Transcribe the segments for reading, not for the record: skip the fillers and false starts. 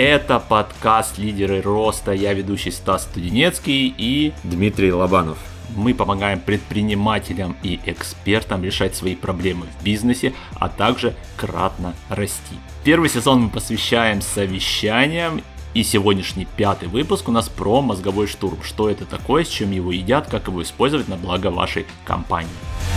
Это подкаст «Лидеры роста». Я ведущий Стас Студенецкий и Дмитрий Лобанов. Мы помогаем предпринимателям и экспертам решать свои проблемы в бизнесе, а также кратно расти. Первый сезон мы посвящаем совещаниям. И сегодняшний 5-й выпуск у нас про мозговой штурм. Что это такое, с чем его едят, как его использовать на благо вашей компании.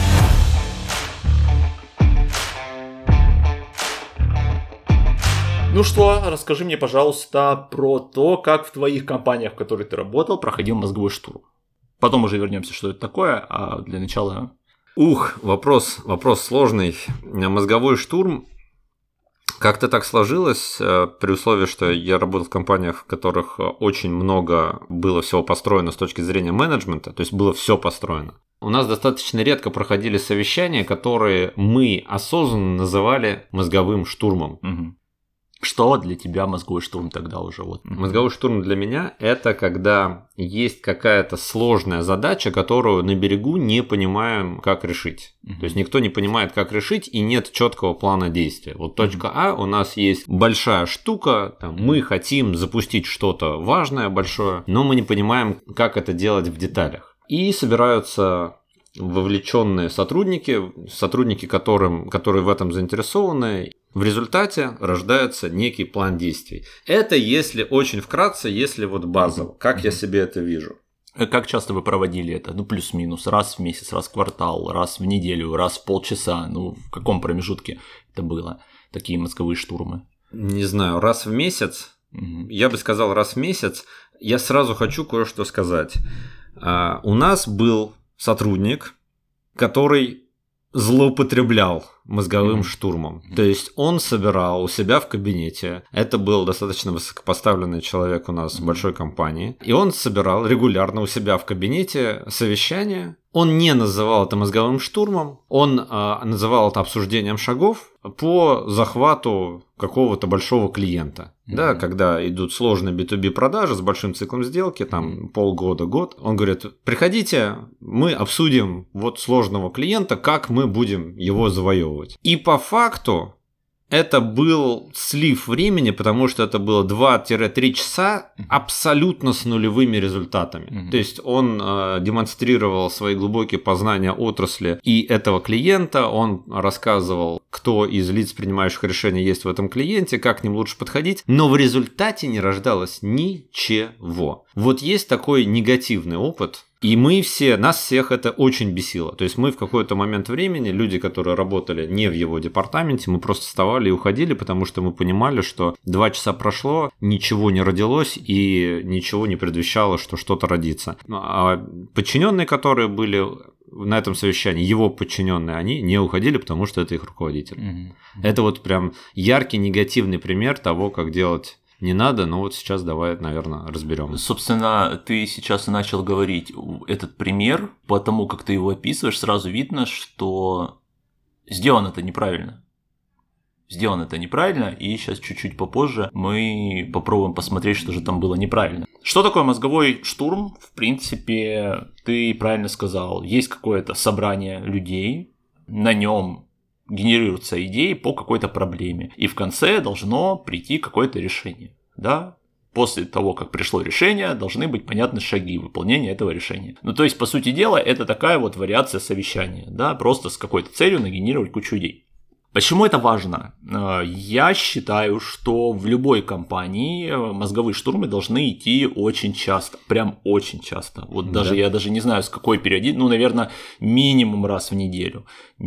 Ну что, расскажи мне, пожалуйста, про то, как в твоих компаниях, в которых ты работал, проходил мозговой штурм. Потом уже вернемся, что это такое, а для начала... Вопрос сложный. Мозговой штурм. Как-то так сложилось, при условии, что я работал в компаниях, в которых очень много было всего построено с точки зрения менеджмента, то есть было все построено. У нас достаточно редко проходили совещания, которые мы осознанно называли мозговым штурмом. Угу. Что для тебя мозговой штурм тогда уже? Мозговой штурм для меня – это когда есть какая-то сложная задача, которую на берегу не понимаем, как решить. То есть никто не понимает, как решить, и нет четкого плана действия. Вот точка А, у нас есть большая штука, мы хотим запустить что-то важное, большое, но мы не понимаем, как это делать в деталях. И собираются вовлеченные сотрудники, которые в этом заинтересованы. В результате рождается некий план действий. Это если очень вкратце, если вот базово, как я себе это вижу. Как часто вы проводили это? Плюс-минус, раз в месяц, раз в квартал, раз в неделю, раз в полчаса? В каком промежутке это было, такие мозговые штурмы? Не знаю, раз в месяц. Я бы сказал, раз в месяц. Я сразу хочу кое-что сказать. У нас был сотрудник, который злоупотреблял мозговым штурмом. То есть он собирал у себя в кабинете, это был достаточно высокопоставленный человек у нас в большой компании, и он собирал регулярно у себя в кабинете совещания. Он не называл это мозговым штурмом, он называл это обсуждением шагов по захвату какого-то большого клиента. Да, когда идут сложные B2B продажи с большим циклом сделки, там полгода, год, он говорит: приходите, мы обсудим вот сложного клиента, как мы будем его завоевывать. И по факту это был слив времени, потому что это было 2-3 часа абсолютно с нулевыми результатами. То есть он демонстрировал свои глубокие познания отрасли и этого клиента, он рассказывал, кто из лиц, принимающих решения, есть в этом клиенте, как к ним лучше подходить, но в результате не рождалось ничего. Вот есть такой негативный опыт. И нас всех это очень бесило. То есть мы в какой-то момент времени, люди, которые работали не в его департаменте, мы просто вставали и уходили, потому что мы понимали, что 2 часа прошло, ничего не родилось и ничего не предвещало, что что-то родится. А подчиненные, которые были на этом совещании, его подчиненные, они не уходили, потому что это их руководитель. Это вот прям яркий негативный пример того, как делать не надо, но вот сейчас давай, наверное, разберем. Собственно, ты сейчас начал говорить этот пример, потому как ты его описываешь, сразу видно, что сделано это неправильно. И сейчас чуть-чуть попозже мы попробуем посмотреть, что же там было неправильно. Что такое мозговой штурм? В принципе, ты правильно сказал, есть какое-то собрание людей, на нем генерируются идеи по какой-то проблеме. И в конце должно прийти какое-то решение. Да? После того, как пришло решение, должны быть понятны шаги выполнения этого решения. То есть, по сути дела, это такая вот вариация совещания. Да? Просто с какой-то целью нагенерировать кучу идей. Почему это важно? Я считаю, что в любой компании мозговые штурмы должны идти очень часто, прям очень часто. Я даже не знаю, с какой периодичностью, наверное, минимум раз в неделю,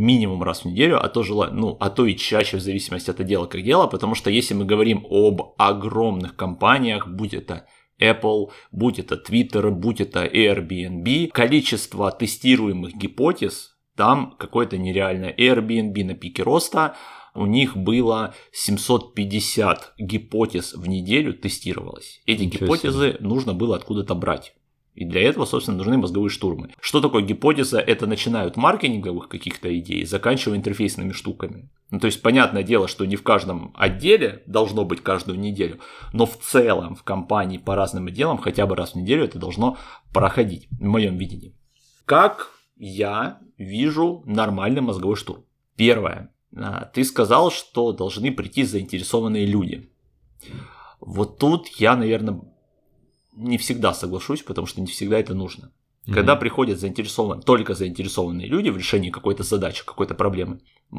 а то и чаще, в зависимости от отдела как дела, потому что если мы говорим об огромных компаниях, будь это Apple, будь это Twitter, будь это Airbnb, количество тестируемых гипотез там какое-то нереальное. Airbnb на пике роста, у них было 750 гипотез в неделю тестировалось. Эти гипотезы нужно было откуда-то брать. И для этого, собственно, нужны мозговые штурмы. Что такое гипотеза? Это начиная от маркетинговых каких-то идей, заканчивая интерфейсными штуками. То есть, понятное дело, что не в каждом отделе должно быть каждую неделю, но в целом в компании по разным отделам хотя бы раз в неделю это должно проходить, в моем видении. Как я вижу нормальный мозговой штурм? Первое. Ты сказал, что должны прийти заинтересованные люди. Вот тут я, наверное, не всегда соглашусь, потому что не всегда это нужно. Когда приходят только заинтересованные люди в решении какой-то задачи, какой-то проблемы,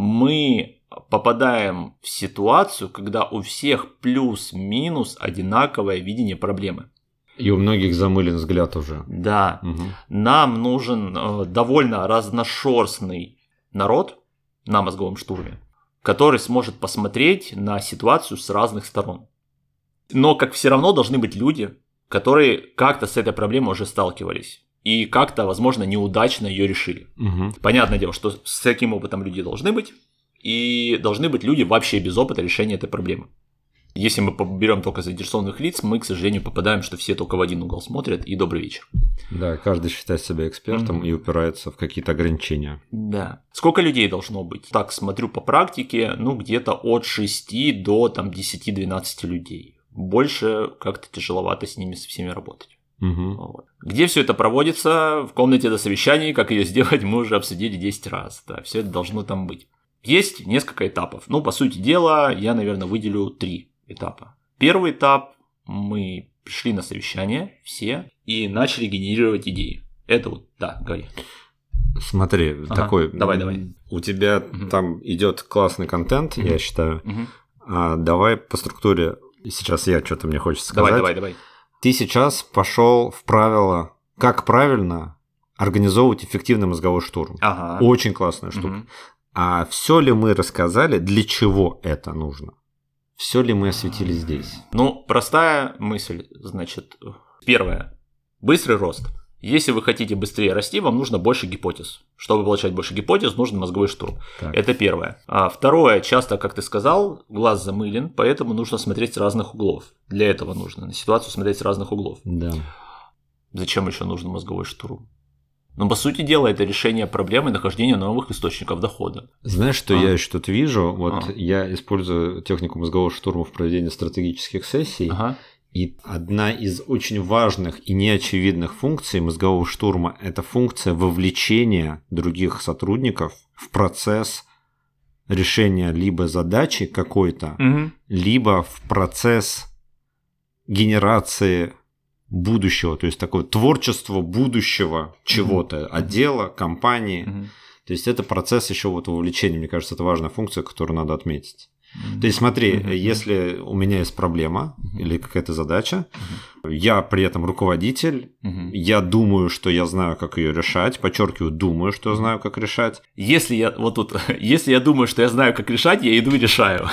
мы попадаем в ситуацию, когда у всех плюс-минус одинаковое видение проблемы. И у многих замылен взгляд уже. Да. Нам нужен довольно разношерстный народ на мозговом штурме, который сможет посмотреть на ситуацию с разных сторон. Но как все равно должны быть люди, которые как-то с этой проблемой уже сталкивались. И как-то, возможно, неудачно ее решили. Понятное дело, что с таким опытом люди должны быть. И должны быть люди вообще без опыта решения этой проблемы. Если мы берем только заинтересованных лиц, мы, к сожалению, попадаем, что все только в один угол смотрят, и добрый вечер. Да, каждый считает себя экспертом и упирается в какие-то ограничения. Да. Сколько людей должно быть? Так, смотрю по практике, где-то от 6 до 10-12 людей. Больше как-то тяжеловато с ними со всеми работать. Вот. Где все это проводится? В комнате до совещаний. Как ее сделать, мы уже обсудили 10 раз. Да, все это должно там быть. Есть несколько этапов. По сути дела, я, наверное, выделю 3 этапа. Первый этап – мы пришли на совещание все и начали генерировать идеи. Это вот, да, говори. Смотри, такой. Давай. У тебя там идет классный контент, я считаю. Давай по структуре. Сейчас что-то мне хочется сказать. Давай. Ты сейчас пошел в правила, как правильно организовывать эффективный мозговой штурм. Очень классная штука. А все ли мы рассказали, для чего это нужно? Все ли мы осветили здесь? Простая мысль, значит, первое. Быстрый рост. Если вы хотите быстрее расти, вам нужно больше гипотез. Чтобы получать больше гипотез, нужен мозговой штурм. Так. Это первое. Второе, часто, как ты сказал, глаз замылен, поэтому нужно смотреть с разных углов. Для этого нужно на ситуацию смотреть с разных углов. Да. Зачем еще нужен мозговой штурм? По сути дела, это решение проблемы нахождения новых источников дохода. Знаешь, что я еще тут вижу? Я использую технику мозгового штурма в проведении стратегических сессий. И одна из очень важных и неочевидных функций мозгового штурма – это функция вовлечения других сотрудников в процесс решения либо задачи какой-то, либо в процесс генерации будущего, то есть такое творчество будущего чего-то, отдела, компании. То есть это процесс еще вовлечения. Мне кажется, это важная функция, которую надо отметить. То есть смотри, если у меня есть проблема или какая-то задача, я при этом руководитель, я думаю, что я знаю, как ее решать, подчеркиваю, думаю, что я знаю, как решать. Если я думаю, что я знаю, как решать, я иду и решаю.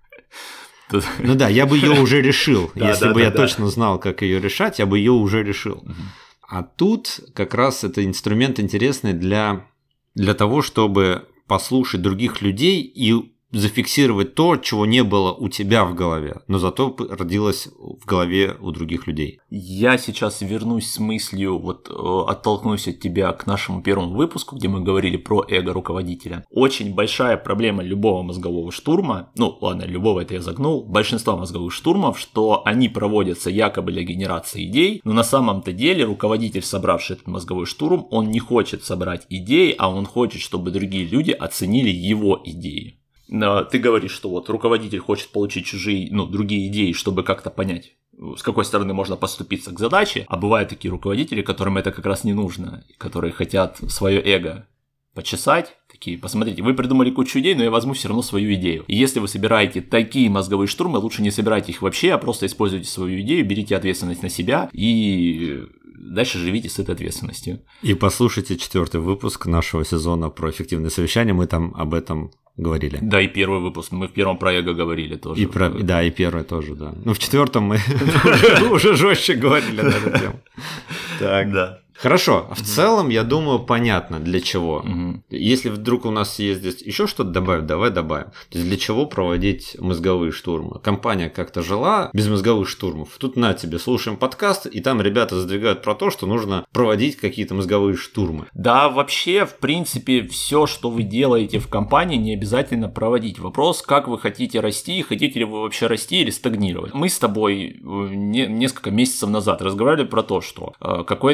Я бы ее уже решил. Если бы я точно знал, как ее решать, я бы ее уже решил. А тут как раз это инструмент интересный для того, чтобы послушать других людей и зафиксировать то, чего не было у тебя в голове, но зато родилось в голове у других людей. Я сейчас вернусь с мыслью, оттолкнусь от тебя к нашему первому выпуску, где мы говорили про эго руководителя. Очень большая проблема любого мозгового штурма, любого это я загнул, большинства мозговых штурмов, что они проводятся якобы для генерации идей, но на самом-то деле руководитель, собравший этот мозговой штурм, он не хочет собрать идеи, а он хочет, чтобы другие люди оценили его идеи. Ты говоришь, что руководитель хочет получить другие идеи, чтобы как-то понять, с какой стороны можно поступиться к задаче, а бывают такие руководители, которым это как раз не нужно, которые хотят свое эго почесать, такие, посмотрите, вы придумали кучу идей, но я возьму все равно свою идею. И если вы собираете такие мозговые штурмы, лучше не собирайте их вообще, а просто используйте свою идею, берите ответственность на себя и дальше живите с этой ответственностью. И послушайте 4-й выпуск нашего сезона про эффективное совещание, мы там об этом говорили. Да, и первый выпуск, мы в первом про эго говорили тоже. И первый тоже, да. В 4-м мы уже жестче говорили на эту тему. Так, да. Хорошо, в целом, я думаю, понятно, для чего. Если вдруг у нас есть здесь еще что-то добавить, давай добавим. То есть для чего проводить мозговые штурмы? Компания как-то жила без мозговых штурмов. Тут на тебе, слушаем подкаст, и там ребята задвигают про то, что нужно проводить какие-то мозговые штурмы. Да, вообще, в принципе, все, что вы делаете в компании, не обязательно проводить. Вопрос, как вы хотите расти, хотите ли вы вообще расти или стагнировать. Мы с тобой несколько месяцев назад разговаривали про то, что какой-то то ли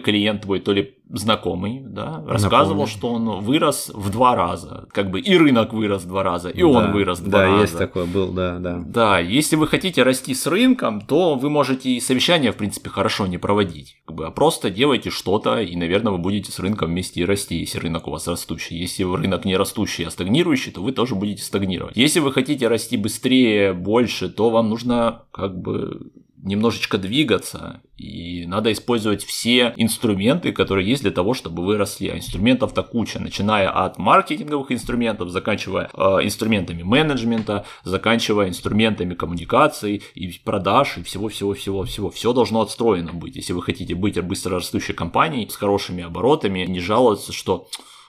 клиент твой, то ли знакомый, да, рассказывал, что он вырос в 2 раза. Как бы и рынок вырос в 2 раза, и он вырос в 2 раза. Да, есть такое, был, да. Да, если вы хотите расти с рынком, то вы можете и совещания, в принципе, хорошо не проводить. Как бы, а просто делайте что-то, и, наверное, вы будете с рынком вместе и расти, если рынок у вас растущий. Если рынок не растущий, а стагнирующий, то вы тоже будете стагнировать. Если вы хотите расти быстрее, больше, то вам нужно как бы немножечко двигаться, и надо использовать все инструменты, которые есть для того, чтобы вы росли. А инструментов-то куча, начиная от маркетинговых инструментов, заканчивая инструментами менеджмента, заканчивая инструментами коммуникаций и продаж, и всего-всего-всего-всего. Все должно отстроено быть, если вы хотите быть быстрорастущей компанией с хорошими оборотами, не жаловаться, что...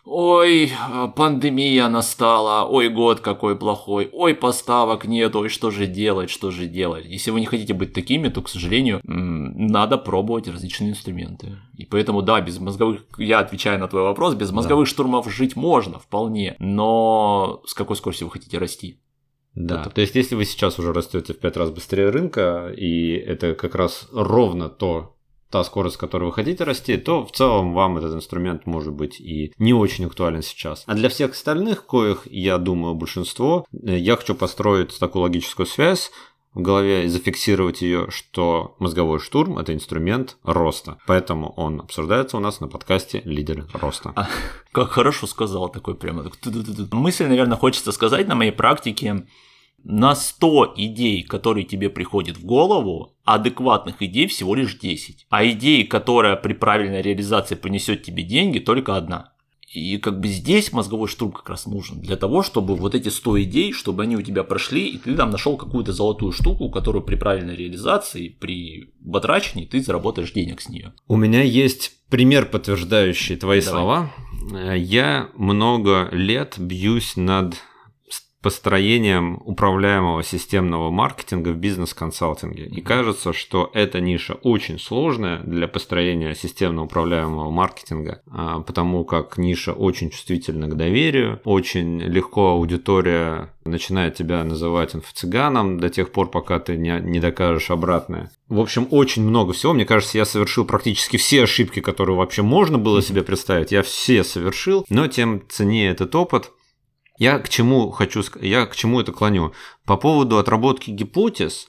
Ой, пандемия настала, ой, год какой плохой, ой, поставок нет, ой, что же делать. Если вы не хотите быть такими, то, к сожалению, надо пробовать различные инструменты. И поэтому, да, без мозговых, я отвечаю на твой вопрос, без мозговых штурмов жить можно вполне, но с какой скоростью вы хотите расти? Да, то есть если вы сейчас уже растете в 5 раз быстрее рынка, и это как раз ровно та скорость, с которой вы хотите расти, то в целом вам этот инструмент может быть и не очень актуален сейчас. А для всех остальных, коих, я думаю, большинство, я хочу построить такую логическую связь в голове и зафиксировать ее, что мозговой штурм – это инструмент роста. Поэтому он обсуждается у нас на подкасте «Лидеры роста». Как хорошо сказал, такой прямо. Мысль, наверное, хочется сказать на моей практике. На 100 идей, которые тебе приходят в голову, адекватных идей всего лишь 10. А идеи, которая при правильной реализации принесет тебе деньги, только одна. И как бы здесь мозговой штурм как раз нужен. Для того, чтобы вот эти 100 идей, чтобы они у тебя прошли, и ты там нашел какую-то золотую штуку, которую при правильной реализации, при батрачении ты заработаешь денег с нее. У меня есть пример, подтверждающий твои слова. Я много лет бьюсь над построением управляемого системного маркетинга в бизнес-консалтинге. И кажется, что эта ниша очень сложная для построения системно управляемого маркетинга, потому как ниша очень чувствительна к доверию, очень легко аудитория начинает тебя называть инфо-цыганом до тех пор, пока ты не докажешь обратное. В общем, очень много всего. Мне кажется, я совершил практически все ошибки, которые вообще можно было себе представить. Я все совершил, но тем ценнее этот опыт. Я к чему это клоню? По поводу отработки гипотез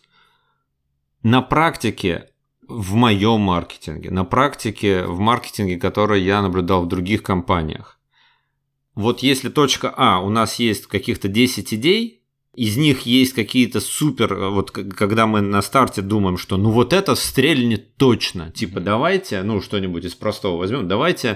на практике в моем маркетинге, на практике в маркетинге, который я наблюдал в других компаниях. Вот если точка А, у нас есть каких-то 10 идей, из них есть какие-то супер, вот когда мы на старте думаем, что ну вот это стрельнет точно, типа давайте, ну что-нибудь из простого возьмем, давайте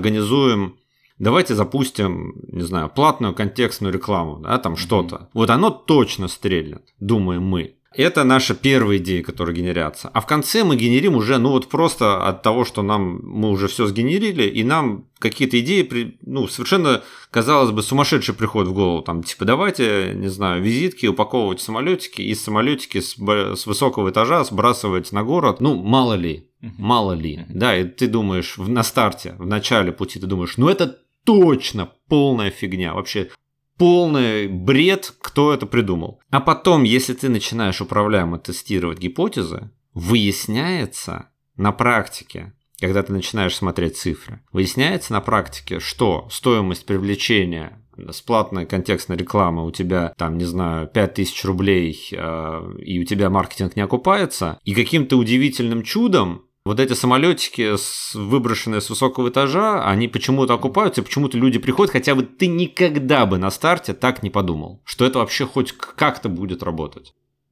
запустим, не знаю, платную контекстную рекламу, да, там что-то. Вот оно точно стрельнет, думаем мы. Это наша первая идея, которая генерятся. А в конце мы генерим уже, ну вот просто от того, что мы уже все сгенерили, и нам какие-то идеи, ну, совершенно, казалось бы, сумасшедшие приходят в голову. Там, типа, давайте, не знаю, визитки упаковывать в самолетики, и самолетики с высокого этажа сбрасывать на город. Ну, мало ли. Да, и ты думаешь, на старте, в начале пути ты думаешь, ну это точно полная фигня, вообще полный бред, кто это придумал. А потом, если ты начинаешь управляемо тестировать гипотезы, выясняется на практике, когда ты начинаешь смотреть цифры, выясняется на практике, что стоимость привлечения с платной контекстной рекламы у тебя, там, не знаю, 5000 рублей, и у тебя маркетинг не окупается, и каким-то удивительным чудом вот эти самолетики, выброшенные с высокого этажа, они почему-то окупаются, и почему-то люди приходят, хотя бы ты никогда бы на старте так не подумал, что это вообще хоть как-то будет работать.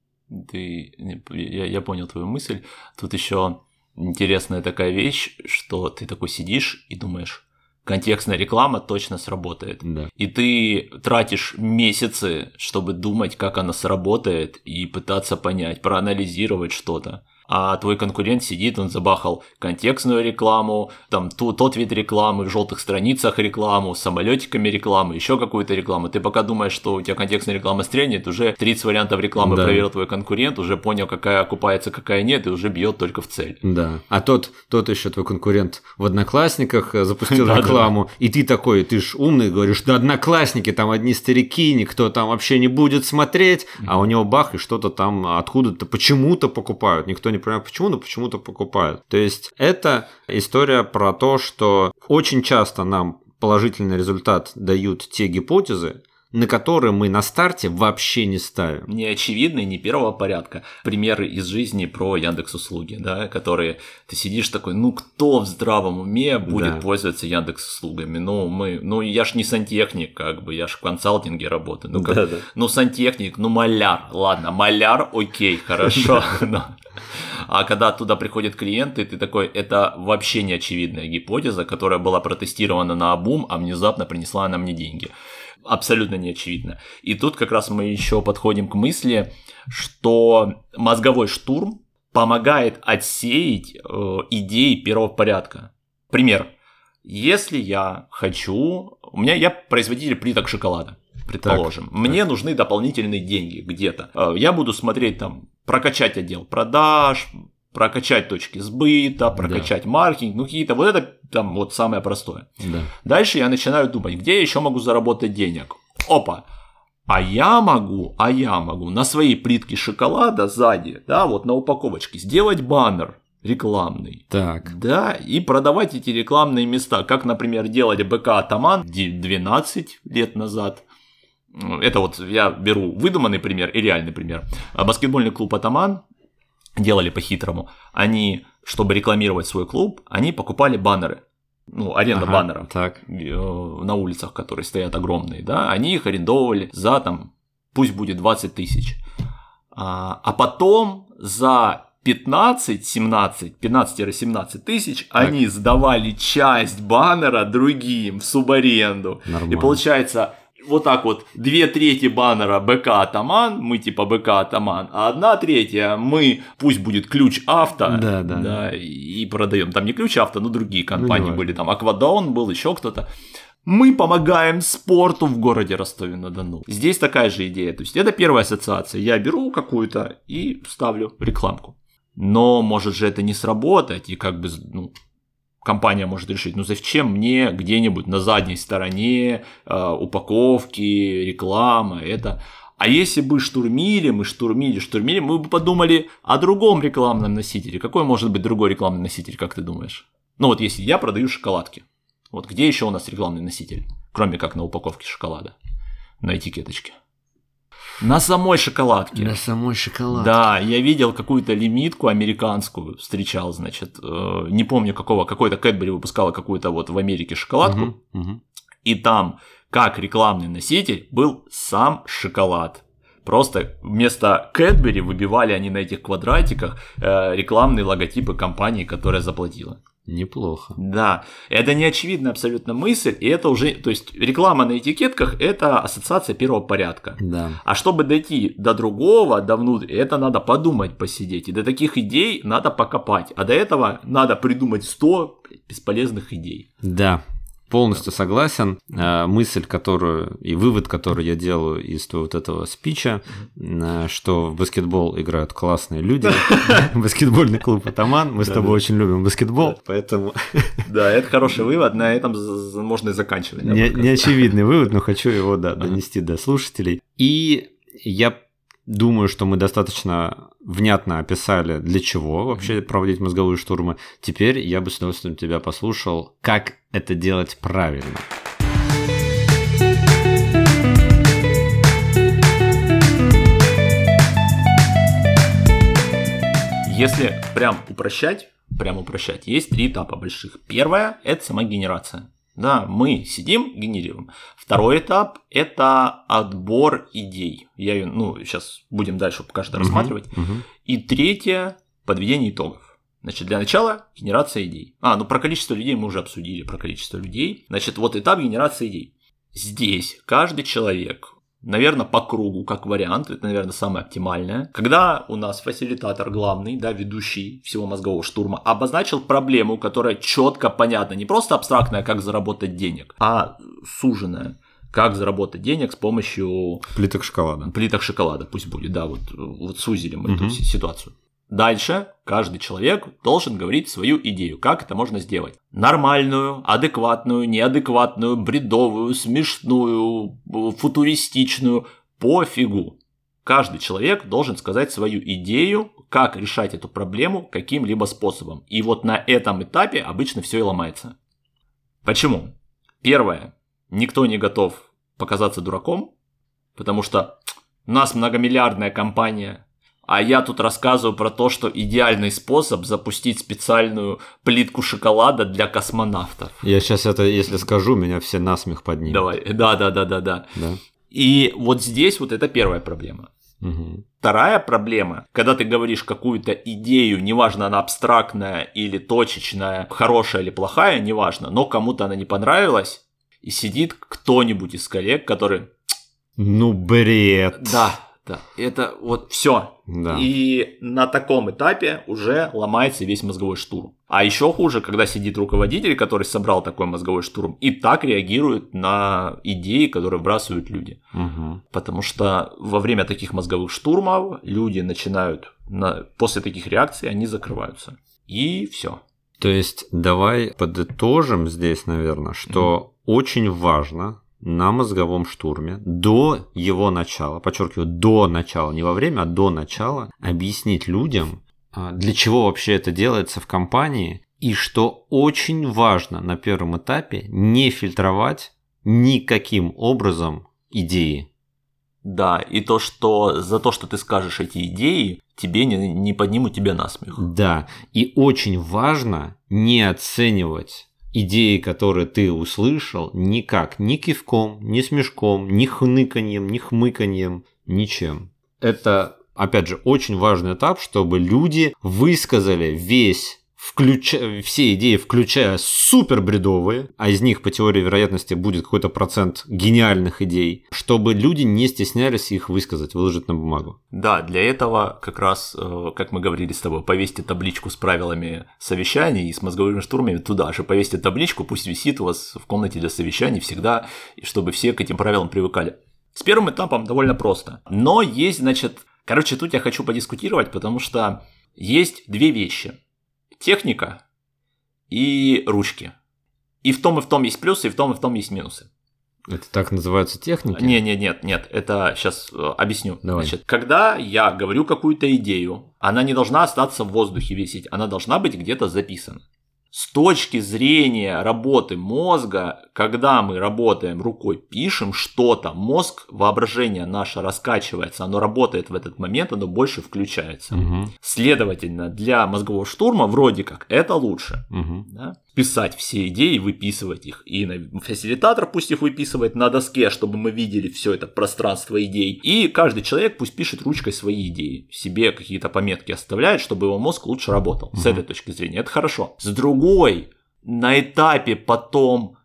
Я понял твою мысль. Тут еще интересная такая вещь, что ты такой сидишь и думаешь, контекстная реклама точно сработает. Да. И ты тратишь месяцы, чтобы думать, как она сработает, и пытаться понять, проанализировать что-то. А твой конкурент сидит, он забахал контекстную рекламу, там тот вид рекламы, в желтых страницах рекламу, с самолетиками рекламы, еще какую-то рекламу. Ты пока думаешь, что у тебя контекстная реклама стрельнет, уже 30 вариантов рекламы проверил твой конкурент, уже понял, какая окупается, какая нет, и уже бьет только в цель. Да. А тот еще твой конкурент в Одноклассниках запустил рекламу, и ты такой, ты ж умный, говоришь, да Одноклассники, там одни старики, никто там вообще не будет смотреть, а у него бах, и что-то там откуда-то почему-то покупают, никто не понимаю почему, но почему-то покупают. То есть это история про то, что очень часто нам положительный результат дают те гипотезы, на которые мы на старте вообще не ставим. Не очевидные, не первого порядка. Примеры из жизни про Яндекс.Услуги, да, которые ты сидишь такой, ну кто в здравом уме будет пользоваться Яндекс.Услугами? Ну я ж не сантехник, как бы, я ж в консалтинге работаю. Ну сантехник, ну маляр, ладно, маляр, окей, хорошо. А когда оттуда приходят клиенты, ты такой, это вообще не очевидная гипотеза, которая была протестирована наобум, а внезапно принесла она мне деньги. Абсолютно не очевидно. И тут как раз мы еще подходим к мысли, что мозговой штурм помогает отсеять идеи первого порядка. Пример. Если я хочу... Я производитель плиток шоколада, предположим. Мне нужны дополнительные деньги где-то. Я буду смотреть там, прокачать отдел продаж, прокачать точки сбыта, прокачать маркетинг, какие-то, вот это там вот самое простое. Да. Дальше я начинаю думать, где я еще могу заработать денег. Опа! А я могу на своей плитке шоколада сзади, да, вот на упаковочке сделать баннер рекламный. Так. Да, и продавать эти рекламные места, как, например, делали БК Атаман 12 лет назад. Это вот я беру выдуманный пример и реальный пример. Баскетбольный клуб Атаман делали по-хитрому. Они, чтобы рекламировать свой клуб, они покупали баннеры. Аренда баннеров на улицах, которые стоят огромные, да, они их арендовывали за там, пусть будет 20 тысяч. А потом за 15-17 тысяч они сдавали часть баннера другим в субаренду. Нормально. И получается... Вот так вот, 2/3 баннера БК Атаман, мы типа БК Атаман, а 1/3 мы, пусть будет Ключ Авто, да, и продаем. Там не Ключ Авто, но другие компании были, там Аквадаун был, еще кто-то. Мы помогаем спорту в городе Ростове-на-Дону. Здесь такая же идея, то есть это первая ассоциация. Я беру какую-то и ставлю рекламку. Но может же это не сработать, и как бы, компания может решить, зачем мне где-нибудь на задней стороне упаковки, реклама, это... А если бы штурмили, мы бы подумали о другом рекламном носителе. Какой может быть другой рекламный носитель, как ты думаешь? Вот если я продаю шоколадки, вот где еще у нас рекламный носитель, кроме как на упаковке шоколада, на этикеточке? На самой шоколадке. Да, я видел какую-то лимитку американскую, встречал, значит, не помню какой-то Кэтбери выпускала какую-то вот в Америке шоколадку, и там, как рекламный носитель, был сам шоколад. Просто вместо Кэтбери выбивали они на этих квадратиках рекламные логотипы компании, которая заплатила. Неплохо. Да, это не очевидная абсолютно мысль, и это уже, то есть реклама на этикетках – это ассоциация первого порядка. Да. А чтобы дойти до другого, до внутрь, это надо подумать, посидеть, и до таких идей надо покопать, а до этого надо придумать 100 бесполезных идей. Да. Полностью согласен. Мысль, которую и вывод, который я делаю из вот этого спича, что в баскетбол играют классные люди. Баскетбольный клуб Атаман. Мы с тобой очень любим баскетбол, поэтому... Да, это хороший вывод, на этом можно и заканчивать. Неочевидный вывод, но хочу его донести до слушателей. И я думаю, что мы достаточно внятно описали, для чего вообще проводить мозговые штурмы. Теперь я бы с удовольствием тебя послушал, как это делать правильно. Если прям упрощать, есть 3 этапа больших. Первое – это самогенерация. Да, мы сидим, генерируем. Второй этап – это отбор идей. Сейчас будем дальше каждый рассматривать. И третье – подведение итогов. Значит, для начала генерация идей. Про количество людей мы уже обсудили, про количество людей. Значит, вот этап генерации идей. Здесь каждый человек, наверное, по кругу, как вариант, это, наверное, самое оптимальное. Когда у нас фасилитатор главный, да, ведущий всего мозгового штурма, обозначил проблему, которая четко понятна, не просто абстрактная, как заработать денег, а суженная, как заработать денег с помощью... Плиток шоколада, пусть будет, да, вот сузили мы эту ситуацию. Дальше каждый человек должен говорить свою идею, как это можно сделать. Нормальную, адекватную, неадекватную, бредовую, смешную, футуристичную, пофигу. Каждый человек должен сказать свою идею, как решать эту проблему каким-либо способом. И вот на этом этапе обычно все и ломается. Почему? Первое. Никто не готов показаться дураком, потому что у нас многомиллиардная компания, а я тут рассказываю про то, что идеальный способ запустить специальную плитку шоколада для космонавтов. Я сейчас это, если скажу, меня все насмех поднимут. Давай, да. И вот здесь вот это первая проблема. Угу. Вторая проблема, когда ты говоришь какую-то идею, неважно, она абстрактная или точечная, хорошая или плохая, неважно, но кому-то она не понравилась, и сидит кто-нибудь из коллег, который... Ну, бред. Да, это вот все. Да. И на таком этапе уже ломается весь мозговой штурм. А еще хуже, когда сидит руководитель, который собрал такой мозговой штурм, и так реагирует на идеи, которые вбрасывают люди. Угу. Потому что во время таких мозговых штурмов люди начинают, после таких реакций они закрываются. И все. То есть давай подытожим здесь, наверное, что очень важно на мозговом штурме до его начала, подчеркиваю, до начала, не во время, а до начала, объяснить людям, для чего вообще это делается в компании, и что очень важно на первом этапе не фильтровать никаким образом идеи. Да, и то, что за то, что ты скажешь эти идеи, тебе не поднимут тебя на смех. Да, и очень важно не оценивать идеи, которые ты услышал, никак, ни кивком, ни смешком, ни хныканьем, ни хмыканьем, ничем. Это, опять же, очень важный этап, чтобы люди высказали все идеи, включая супер бредовые, а из них по теории вероятности будет какой-то процент гениальных идей, чтобы люди не стеснялись их высказать, выложить на бумагу. Да, для этого как раз, как мы говорили с тобой, повесьте табличку с правилами совещаний и с мозговыми штурмами туда же. Повесьте табличку, пусть висит у вас в комнате для совещаний всегда, чтобы все к этим правилам привыкали. С первым этапом довольно просто. Но есть, тут я хочу подискутировать, потому что есть две вещи. Техника и ручки. И в том есть плюсы, и в том есть минусы. Это так называются техники? Нет, это сейчас объясню. Давай. Значит, когда я говорю какую-то идею, она не должна остаться в воздухе висеть, она должна быть где-то записана. С точки зрения работы мозга, когда мы работаем рукой, пишем что-то, мозг, воображение наше раскачивается, оно работает в этот момент, оно больше включается. Угу. Следовательно, для мозгового штурма вроде как это лучше. Угу. Да? Писать все идеи, выписывать их. И фасилитатор пусть их выписывает на доске, чтобы мы видели все это пространство идей. И каждый человек пусть пишет ручкой свои идеи. Себе какие-то пометки оставляет, чтобы его мозг лучше работал. С этой точки зрения это хорошо. С другой, на этапе потом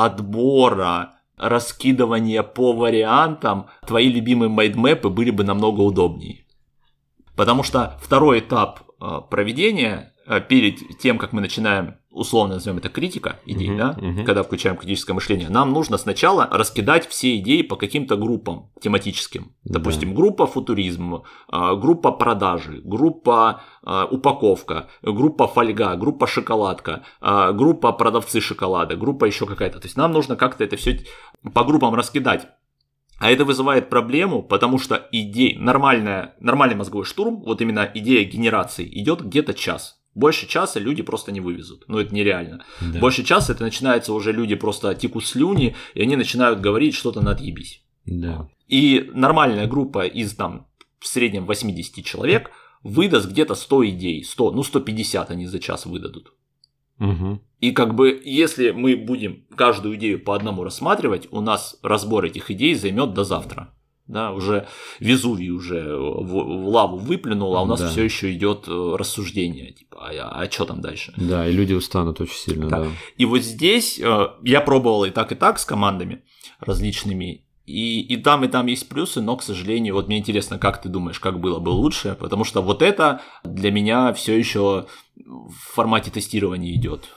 отбора, раскидывания по вариантам, твои любимые майндмэпы были бы намного удобнее. Потому что второй этап проведения, перед тем, как мы начинаем, условно назовем это критика идей, когда включаем критическое мышление, нам нужно сначала раскидать все идеи по каким-то группам тематическим. Допустим, группа футуризм, группа продажи, группа упаковка, группа фольга, группа шоколадка, группа продавцы шоколада, группа еще какая-то. То есть нам нужно как-то это все по группам раскидать. А это вызывает проблему, потому что нормальный мозговой штурм, вот именно идея генерации, идет где-то час. Больше часа люди просто не вывезут. Ну, это нереально. Да. Больше часа это начинается уже люди просто текут слюни, и они начинают говорить что-то на отъебись. Да. И нормальная группа из в среднем 80 человек выдаст где-то 100 идей. 150 они за час выдадут. Угу. И если мы будем каждую идею по одному рассматривать, у нас разбор этих идей займет до завтра. Да, уже Везувий уже в лаву выплюнул, а у нас все еще идет рассуждение, типа, а что там дальше? Да, и люди устанут очень сильно. Да. И вот здесь я пробовал и так с командами различными. И там есть плюсы, но, к сожалению, вот мне интересно, как ты думаешь, как было бы лучше, потому что вот это для меня все еще в формате тестирования идет.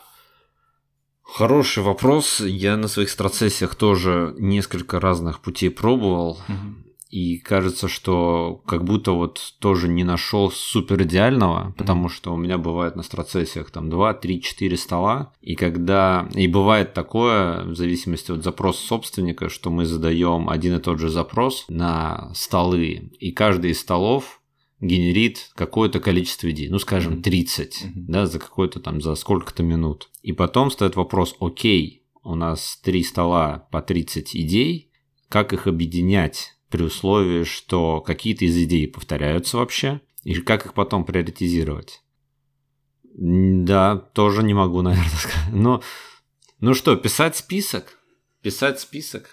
Хороший вопрос. Я на своих страцессиях тоже несколько разных путей пробовал. И кажется, что как будто вот тоже не нашел супер идеального, потому что у меня бывает на страцессиях 2, 3, 4 стола. И бывает такое, в зависимости от запроса собственника, что мы задаем один и тот же запрос на столы. И каждый из столов генерит какое-то количество идей, ну, скажем, 30, да, за какой-то там, за сколько-то минут. И потом стоит вопрос, окей, у нас 3 стола по 30 идей, как их объединять при условии, что какие-то из идей повторяются вообще, и как их потом приоритизировать? Да, тоже не могу, наверное, сказать. Но, ну что, писать список? Писать список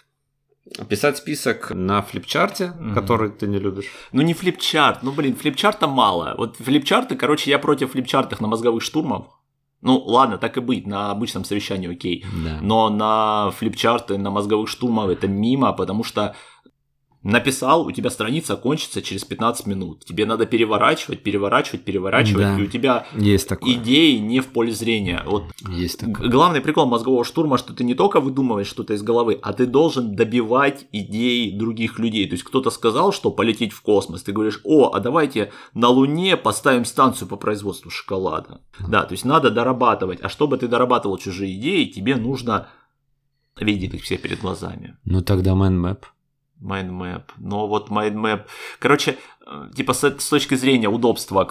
на флипчарте, который ты не любишь. Ну не флипчарт, флипчарта мало. Вот флипчарты, короче, я против флипчартов на мозговых штурмах. Ну ладно, так и быть, на обычном совещании окей. Да. Но на флипчарты, на мозговых штурмах это мимо, потому что написал, у тебя страница кончится через 15 минут. Тебе надо переворачивать, да. И у тебя есть идеи не в поле зрения. Вот есть такое. Главный прикол мозгового штурма, что ты не только выдумываешь что-то из головы, а ты должен добивать идеи других людей. То есть кто-то сказал, что полететь в космос. Ты говоришь, а давайте на Луне поставим станцию по производству шоколада. Да, то есть надо дорабатывать. А чтобы ты дорабатывал чужие идеи, тебе нужно видеть их все перед глазами. Ну тогда mindmap. Но вот mindmap, короче, типа с точки зрения удобства,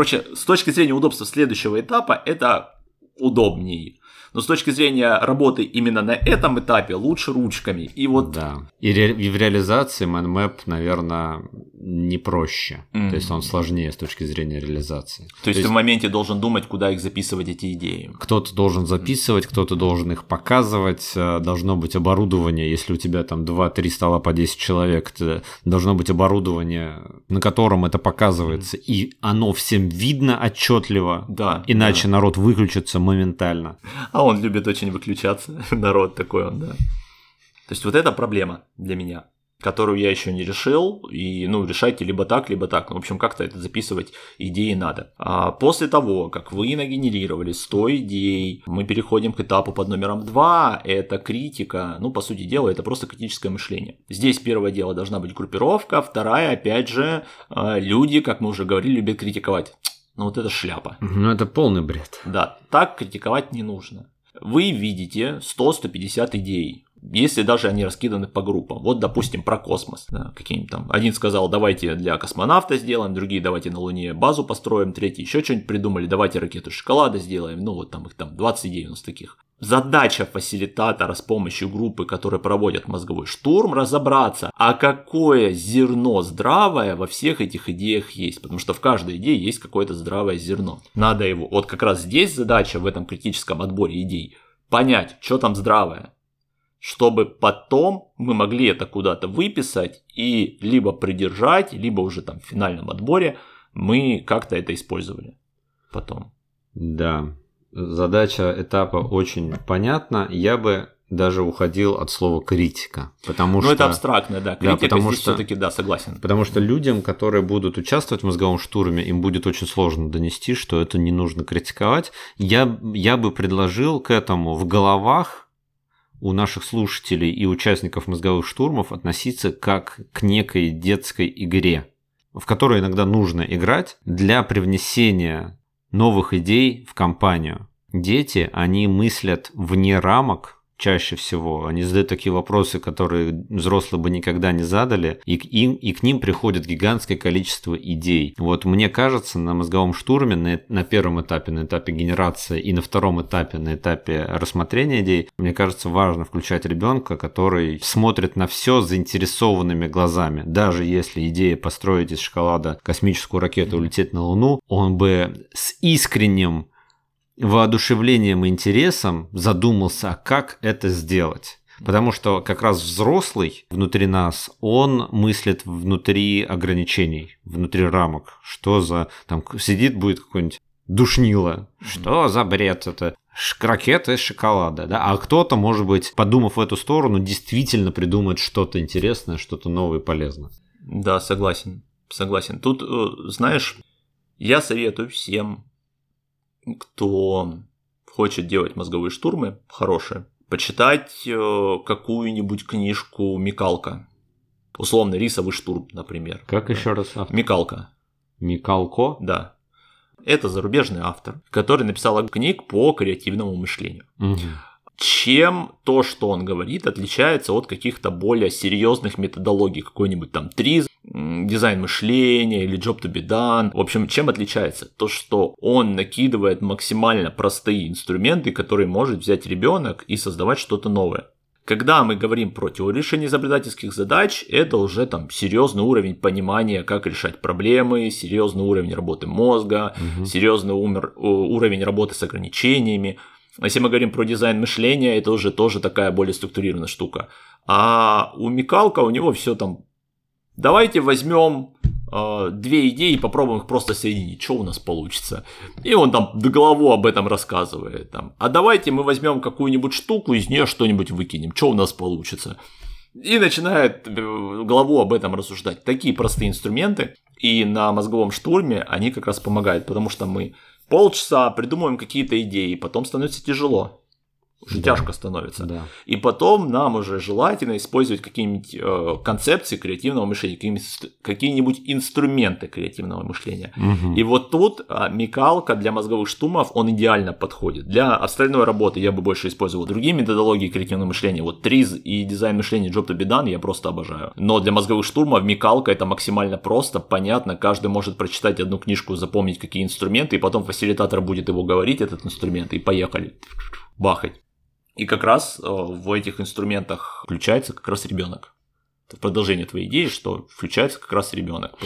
с точки зрения удобства следующего этапа это удобнее. Но с точки зрения работы именно на этом этапе лучше ручками. И вот... Да. И в реализации mindmap, наверное, не проще. То есть он сложнее с точки зрения реализации. То есть ты в моменте должен думать, куда их записывать, эти идеи. Кто-то должен записывать, кто-то должен их показывать. Должно быть оборудование. Если у тебя там 2-3 стола по 10 человек, должно быть оборудование, на котором это показывается. И оно всем видно отчетливо. Да. Иначе народ выключится моментально. А он любит очень выключаться, народ такой он, да. То есть вот это проблема для меня, которую я еще не решил, и, решайте либо так, либо так. В общем, как-то это записывать идеи надо. А после того, как вы нагенерировали 100 идей, мы переходим к этапу под номером 2, это критика, по сути дела, это просто критическое мышление. Здесь первое дело должна быть группировка, вторая, опять же, люди, как мы уже говорили, любят критиковать. Вот это шляпа. Это полный бред. Да, так критиковать не нужно. Вы видите 100-150 идей, если даже они раскиданы по группам. Вот, допустим, про космос. Да, какие-нибудь там. Один сказал, давайте для космонавта сделаем, другие, давайте на Луне базу построим, третий еще что-нибудь придумали, давайте ракету шоколада сделаем. Их там 20 идей у нас таких. Задача фасилитатора с помощью группы, которые проводят мозговой штурм, разобраться, а какое зерно здравое во всех этих идеях есть. Потому что в каждой идее есть какое-то здравое зерно. Надо его, вот как раз здесь задача в этом критическом отборе идей, понять, что там здравое. Чтобы потом мы могли это куда-то выписать и либо придержать, либо уже там в финальном отборе мы как-то это использовали потом. Да. Задача этапа очень понятна. Я бы даже уходил от слова критика, потому что... это абстрактно, да. Критика здесь все-таки, да, согласен. Потому что людям, которые будут участвовать в мозговом штурме, им будет очень сложно донести, что это не нужно критиковать. Я бы предложил к этому в головах у наших слушателей и участников мозговых штурмов относиться как к некой детской игре, в которой иногда нужно играть для привнесения новых идей в компанию. Дети, они мыслят вне рамок чаще всего. Они задают такие вопросы, которые взрослые бы никогда не задали, и к ним приходит гигантское количество идей. Вот мне кажется, на мозговом штурме, на первом этапе, на этапе генерации, и на втором этапе, на этапе рассмотрения идей, мне кажется, важно включать ребенка, который смотрит на все заинтересованными глазами. Даже если идея построить из шоколада космическую ракету и улететь на Луну, он бы с искренним воодушевлением и интересом задумался, а как это сделать. Потому что как раз взрослый внутри нас, он мыслит внутри ограничений, внутри рамок. Что за... Там сидит будет какой-нибудь душнило. Что за бред это? Ракета из шоколада. Да? А кто-то, может быть, подумав в эту сторону, действительно придумает что-то интересное, что-то новое и полезное. Да, согласен. Тут, знаешь, я советую всем, кто хочет делать мозговые штурмы хорошие, почитать какую-нибудь книжку Микалко. Условно, рисовый штурм, например. Как еще раз автор? Микалко. Микалко? Да. Это зарубежный автор, который написал книг по креативному мышлению. Угу. Чем то, что он говорит, отличается от каких-то более серьезных методологий, какой-нибудь там ТРИЗ, дизайн мышления или job to be done. В общем, чем отличается? То, что он накидывает максимально простые инструменты, которые может взять ребенок и создавать что-то новое. Когда мы говорим про теорию решения изобретательских задач, это уже там серьезный уровень понимания, как решать проблемы, серьезный уровень работы мозга, серьезный уровень работы с ограничениями. Если мы говорим про дизайн мышления, это уже тоже такая более структурированная штука. А у Микалка, у него все там, давайте возьмем 2 идеи и попробуем их просто соединить, что у нас получится. И он там до голову об этом рассказывает. Там, а давайте мы возьмем какую-нибудь штуку, из нее что-нибудь выкинем, что у нас получится. И начинает голову об этом рассуждать. Такие простые инструменты, и на мозговом штурме они как раз помогают, потому что мы полчаса придумываем какие-то идеи, потом становится тяжело. Уже тяжко становится. Да. И потом нам уже желательно использовать какие-нибудь концепции креативного мышления, какие-нибудь инструменты креативного мышления. И вот тут Микалка для мозговых штурмов, он идеально подходит. Для остальной работы я бы больше использовал другие методологии креативного мышления. Вот ТРИЗ и дизайн мышления job to be done я просто обожаю. Но для мозговых штурмов Микалка это максимально просто, понятно. Каждый может прочитать одну книжку, запомнить какие инструменты, и потом фасилитатор будет его говорить, этот инструмент, и поехали бахать. И как раз в этих инструментах включается как раз ребенок. Это продолжение твоей идеи, что включается как раз ребенок.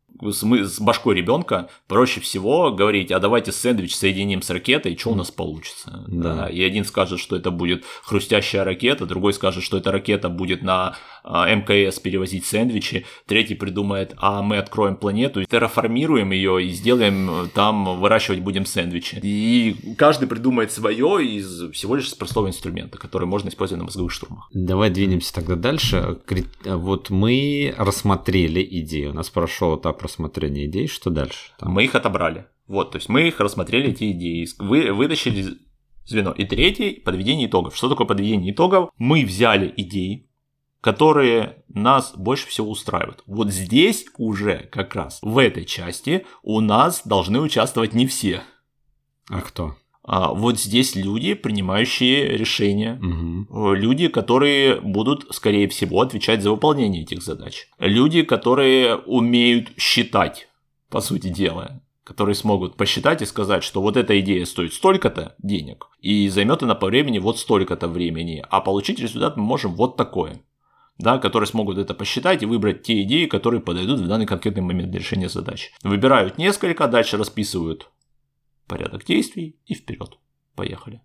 С башкой ребенка проще всего говорить, а давайте сэндвич соединим с ракетой, и что у нас получится. Да. И один скажет, что это будет хрустящая ракета, другой скажет, что эта ракета будет на МКС перевозить сэндвичи, третий придумает, а мы откроем планету, терраформируем ее и сделаем там, выращивать будем сэндвичи. И каждый придумает свое из всего лишь простого инструмента, который можно использовать на мозговых штурмах. Давай двинемся тогда дальше. Вот мы рассмотрели идею, у нас прошел этап рассмотрения идей, что дальше? Мы их отобрали. Вот, то есть мы их рассмотрели, эти идеи, вытащили звено. И третий – подведение итогов. Что такое подведение итогов? Мы взяли идеи, которые нас больше всего устраивают. Вот здесь уже как раз в этой части у нас должны участвовать не все. А кто? Вот здесь люди, принимающие решения, люди, которые будут, скорее всего, отвечать за выполнение этих задач, люди, которые умеют считать, по сути дела, которые смогут посчитать и сказать, что вот эта идея стоит столько-то денег и займет она по времени вот столько-то времени, а получить результат мы можем вот такое. Да, которые смогут это посчитать и выбрать те идеи, которые подойдут в данный конкретный момент для решения задач. Выбирают несколько, дальше расписывают порядок действий и вперед. Поехали.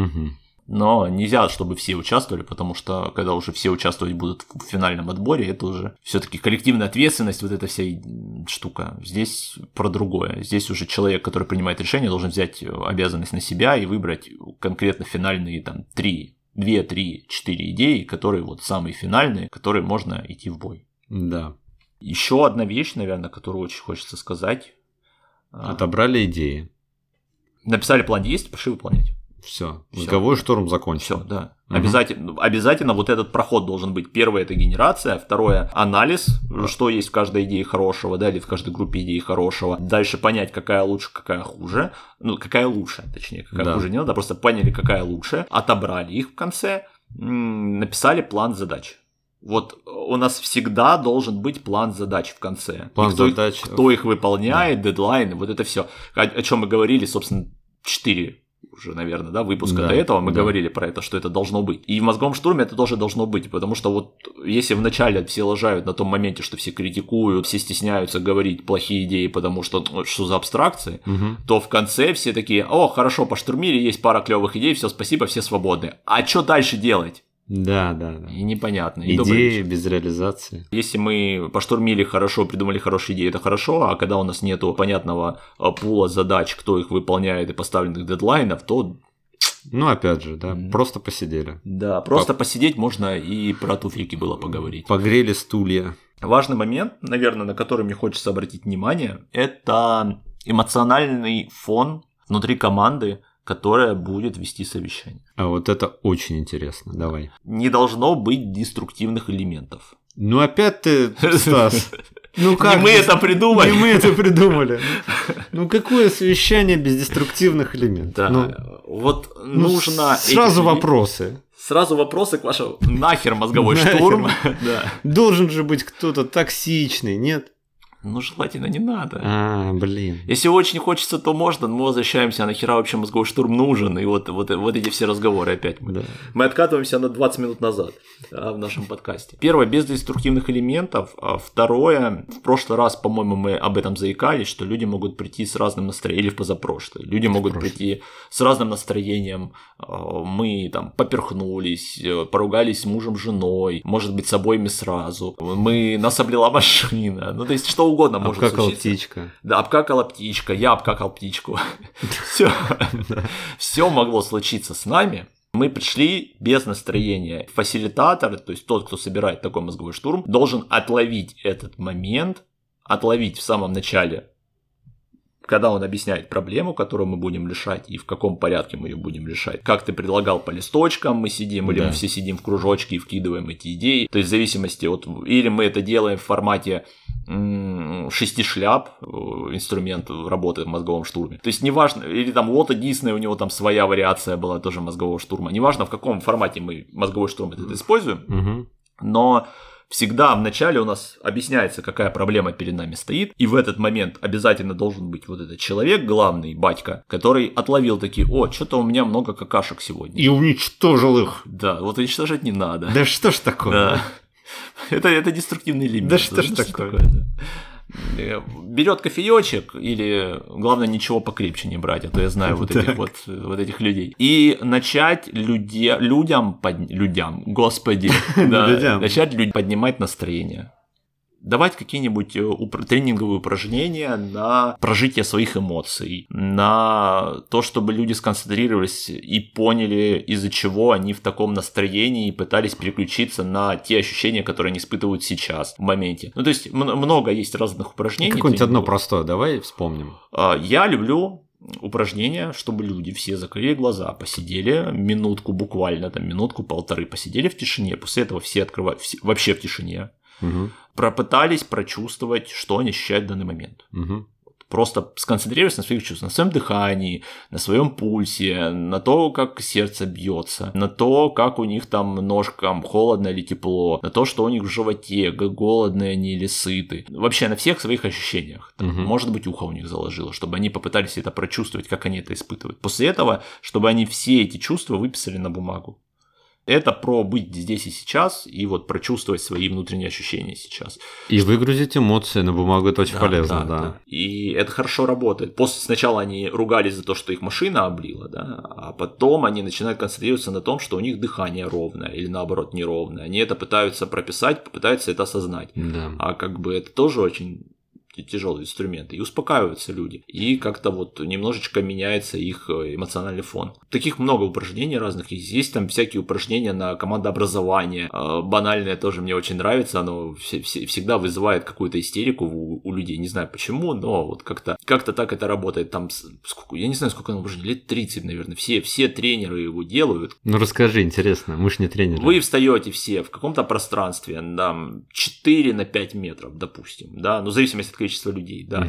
Но нельзя, чтобы все участвовали, потому что когда уже все участвовать будут в финальном отборе, это уже все-таки коллективная ответственность, вот эта вся штука. Здесь про другое. Здесь уже человек, который принимает решение, должен взять обязанность на себя и выбрать конкретно финальные там 2, 3, 4 идеи, которые вот самые финальные, которые можно идти в бой. Да. Еще одна вещь, наверное, которую очень хочется сказать. Отобрали идеи. Написали план действий, пошли выполнять. Все. Мозговой штурм закончен. Все, да. Обязательно вот этот проход должен быть. Первое – это генерация, второе – анализ, что есть в каждой идее хорошего, да, или в каждой группе идей хорошего. Дальше понять, какая лучше, какая хуже. Ну, какая лучше, точнее, какая хуже не надо, просто поняли, какая лучше, отобрали их в конце, написали план задач. Вот у нас всегда должен быть план задач в конце. План задач. Кто их выполняет, дедлайны, вот это все. О чем мы говорили, собственно, 4 уже, наверное, да, выпуска до этого мы говорили про это, что это должно быть. И в мозговом штурме это тоже должно быть, потому что вот если вначале все лажают на том моменте, что все критикуют, все стесняются говорить плохие идеи, потому что что за абстракции, то в конце все такие: о, хорошо, поштурмили, есть пара клевых идей, все, спасибо, все свободны. А что дальше делать? Да. И непонятно. Идеи без реализации. Если мы поштурмили хорошо, придумали хорошие идеи, это хорошо, а когда у нас нету понятного пула задач, кто их выполняет и поставленных дедлайнов, то... Ну, опять же, да, просто посидели. Да, просто посидеть можно, и про туфельки было поговорить. Погрели стулья. Важный момент, наверное, на который мне хочется обратить внимание, это эмоциональный фон внутри команды, которая будет вести совещание. А вот это очень интересно, давай. Не должно быть деструктивных элементов. Ну опять ты, Стас. Ну как? Не мы это придумали. Не мы это придумали. Ну какое совещание без деструктивных элементов? Да, вот нужно... Сразу вопросы. Сразу вопросы к вашему нахер мозговой штурм. Должен же быть кто-то токсичный, нет? Ну, желательно не надо. Блин. Если очень хочется, то можно, но мы возвращаемся, а нахера вообще мозговой штурм нужен, и вот эти все разговоры опять. Мы откатываемся на 20 минут назад в нашем подкасте. Первое, без деструктивных элементов. Второе, в прошлый раз, по-моему, мы об этом заикались, что люди могут прийти с разным настроением, или в позапрошлый. Люди могут прийти с разным настроением. Мы там поперхнулись, поругались с мужем, женой, может быть, с обоими сразу. Нас облила машина. Ну, то есть, что угодно может случиться. Обкакала птичка. Да, обкакала птичка, я обкакал птичку. Все могло случиться с нами. Мы пришли без настроения. Фасилитатор, то есть тот, кто собирает такой мозговой штурм, должен отловить этот момент, отловить в самом начале, когда он объясняет проблему, которую мы будем решать, и в каком порядке мы ее будем решать. Как ты предлагал по листочкам, мы сидим, или мы все сидим в кружочке и вкидываем эти идеи. То есть в зависимости от... Или мы это делаем в формате 6 шляп, инструмент работы в мозговом штурме. То есть неважно, или там Уолта Диснея, у него там своя вариация была тоже мозгового штурма. Неважно, в каком формате мы мозговой штурм это используем, но... Всегда в начале у нас объясняется, какая проблема перед нами стоит, и в этот момент обязательно должен быть вот этот человек, главный, батька, который отловил такие: о, что-то у меня много какашек сегодня. И уничтожил их. Да, вот уничтожать не надо. Да что ж такое? Да. Это деструктивный элемент. Да что ж такое? Берет кофеечек, или главное ничего покрепче не брать, а то я знаю вот этих людей. И начать людям, господи, начать поднимать настроение. Давать какие-нибудь тренинговые упражнения на прожитие своих эмоций, на то, чтобы люди сконцентрировались и поняли, из-за чего они в таком настроении, и пытались переключиться на те ощущения, которые они испытывают сейчас, в моменте. Ну, то есть, много есть разных упражнений. Какое-нибудь одно простое, давай вспомним. Я люблю упражнения, чтобы люди все закрыли глаза, посидели минутку, буквально там минутку-полторы, посидели в тишине, после этого все открывают, вообще в тишине. Попытались прочувствовать, что они ощущают в данный момент. Просто сконцентрироваться на своих чувствах, на своем дыхании, на своем пульсе, на то, как сердце бьется, на то, как у них там ножкам холодно или тепло, на то, что у них в животе, голодные они или сыты. Вообще на всех своих ощущениях. Может быть, ухо у них заложило, чтобы они попытались это прочувствовать, как они это испытывают. После этого, чтобы они все эти чувства выписали на бумагу. Это про быть здесь и сейчас, и вот прочувствовать свои внутренние ощущения сейчас. И выгрузить эмоции на бумагу, это очень полезно, да. И это хорошо работает. Сначала они ругались за то, что их машина облила, да, а потом они начинают концентрироваться на том, что у них дыхание ровное или наоборот неровное. Они это пытаются прописать, попытаются это осознать. Да. А как бы это тоже очень тяжелые инструменты, и успокаиваются люди, и как-то вот немножечко меняется их эмоциональный фон. Таких много упражнений разных есть. Есть там всякие упражнения на командообразование, банальное тоже мне очень нравится, оно всегда вызывает какую-то истерику у людей, не знаю почему, но вот как-то так это работает. Там, я не знаю, сколько оно упражнений, лет 30, наверное, все тренеры его делают. Ну расскажи, интересно, мы ж не тренеры. Вы встаете все в каком-то пространстве, там, 4 на 5 метров, допустим, да, ну в зависимости от количества людей, да.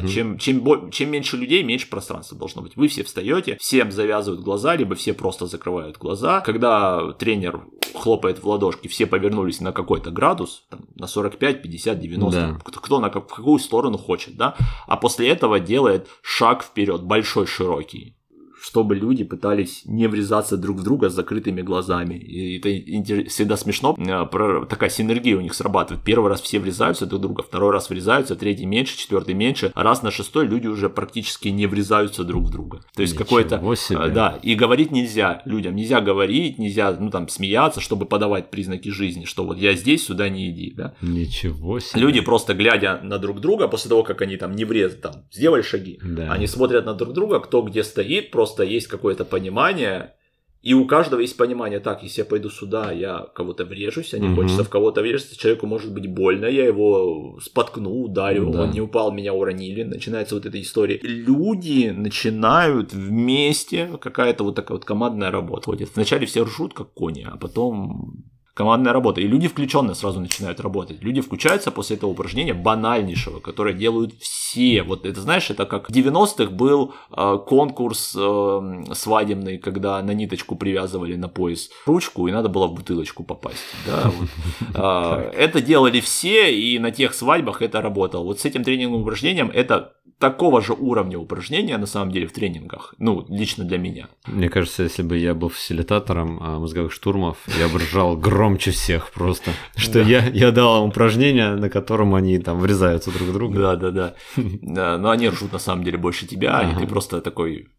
Чем меньше людей, меньше пространства должно быть. Вы все встаете, всем завязывают глаза, либо все просто закрывают глаза. Когда тренер хлопает в ладошки, все повернулись на какой-то градус, там, на 45, 50, 90, да. Кто в какую сторону хочет, да. А после этого делает шаг вперед, большой, широкий, чтобы люди пытались не врезаться друг в друга с закрытыми глазами. И это всегда смешно. Такая синергия у них срабатывает. Первый раз все врезаются друг в друга, второй раз врезаются, третий меньше, четвертый меньше. А раз на шестой люди уже практически не врезаются друг в друга. То есть какой-то... Да, и говорить нельзя людям. Нельзя говорить, нельзя, смеяться, чтобы подавать признаки жизни, что вот я здесь, сюда не иди. Да? Ничего себе. Люди просто глядя на друг друга, после того, как они там не врезали, там, сделали шаги, да. Они смотрят на друг друга, кто где стоит, просто есть какое-то понимание, и у каждого есть понимание: так, если я пойду сюда, я кого-то врежусь, а не хочется в кого-то врежаться, человеку может быть больно, я его споткну, ударю, он не упал, меня уронили, начинается вот эта история. Люди начинают вместе, какая-то вот такая вот командная работа. Вначале все ржут, как кони, а потом командная работа. И люди включенно сразу начинают работать. Люди включаются после этого упражнения банальнейшего, которое делают все. Вот это, знаешь, это как в 90-х был конкурс свадебный, когда на ниточку привязывали на пояс ручку, и надо было в бутылочку попасть. Да, вот. Это делали все, и на тех свадьбах это работало. Вот с этим тренинговым упражнением это такого же уровня упражнения, на самом деле, в тренингах. Ну, лично для меня. Мне кажется, если бы я был фасилитатором мозговых штурмов, я бы ржал громче всех просто. Что я дал им упражнение, на котором они там врезаются друг в друга. Да. Но они ржут на самом деле больше тебя, и ты просто такой...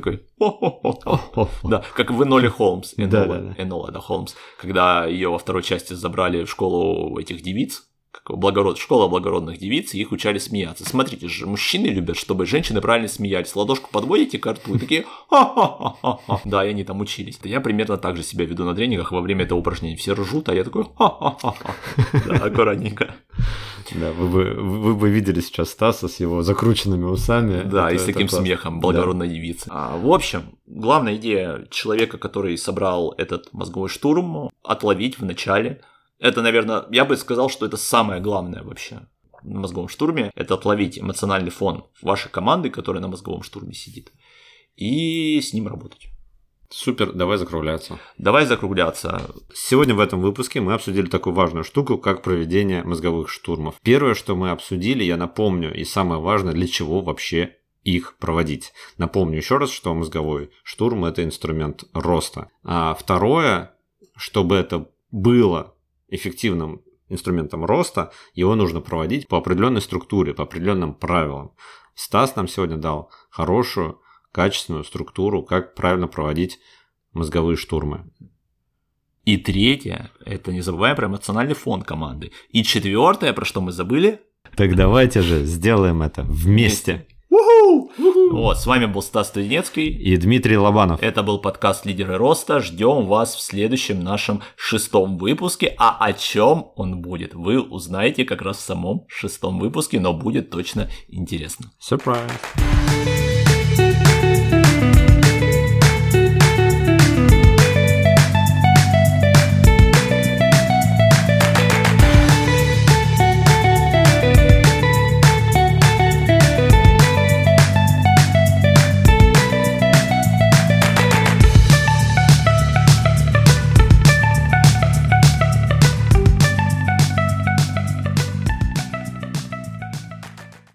Да, как в Эноле Холмс. Энола Холмс. Когда ее во второй части забрали в школу этих девиц, школа благородных девиц, и их учали смеяться. Смотрите же, мужчины любят, чтобы женщины правильно смеялись. Ладошку подводите к рту и такие ха-ха-ха-ха. Да, и они там учились. Я примерно так же себя веду на тренингах во время этого упражнения. Все ржут, а я такой ха-ха-ха-ха. Да, аккуратненько. Да, вы бы видели сейчас Стаса с его закрученными усами. Да, и с таким смехом благородной девицы. В общем, главная идея человека, который собрал этот мозговой штурм, отловить в начале. Это, наверное, я бы сказал, что это самое главное вообще на мозговом штурме. Это отловить эмоциональный фон вашей команды, которая на мозговом штурме сидит, и с ним работать. Супер, давай закругляться. Сегодня в этом выпуске мы обсудили такую важную штуку, как проведение мозговых штурмов. Первое, что мы обсудили, я напомню, и самое важное, для чего вообще их проводить. Напомню еще раз, что мозговой штурм – это инструмент роста. А второе, чтобы это было эффективным инструментом роста, его нужно проводить по определенной структуре, по определенным правилам. Стас нам сегодня дал хорошую, качественную структуру, как правильно проводить мозговые штурмы. И третье, это не забываем про эмоциональный фон команды. И четвертое, про что мы забыли? Так давайте же сделаем это вместе. Вот, с вами был Стас Студенецкий и Дмитрий Лобанов. Это был подкаст «Лидеры роста». Ждем вас в следующем нашем 6-м выпуске. А о чем он будет, вы узнаете как раз в самом 6-м выпуске, но будет точно интересно. Surprise!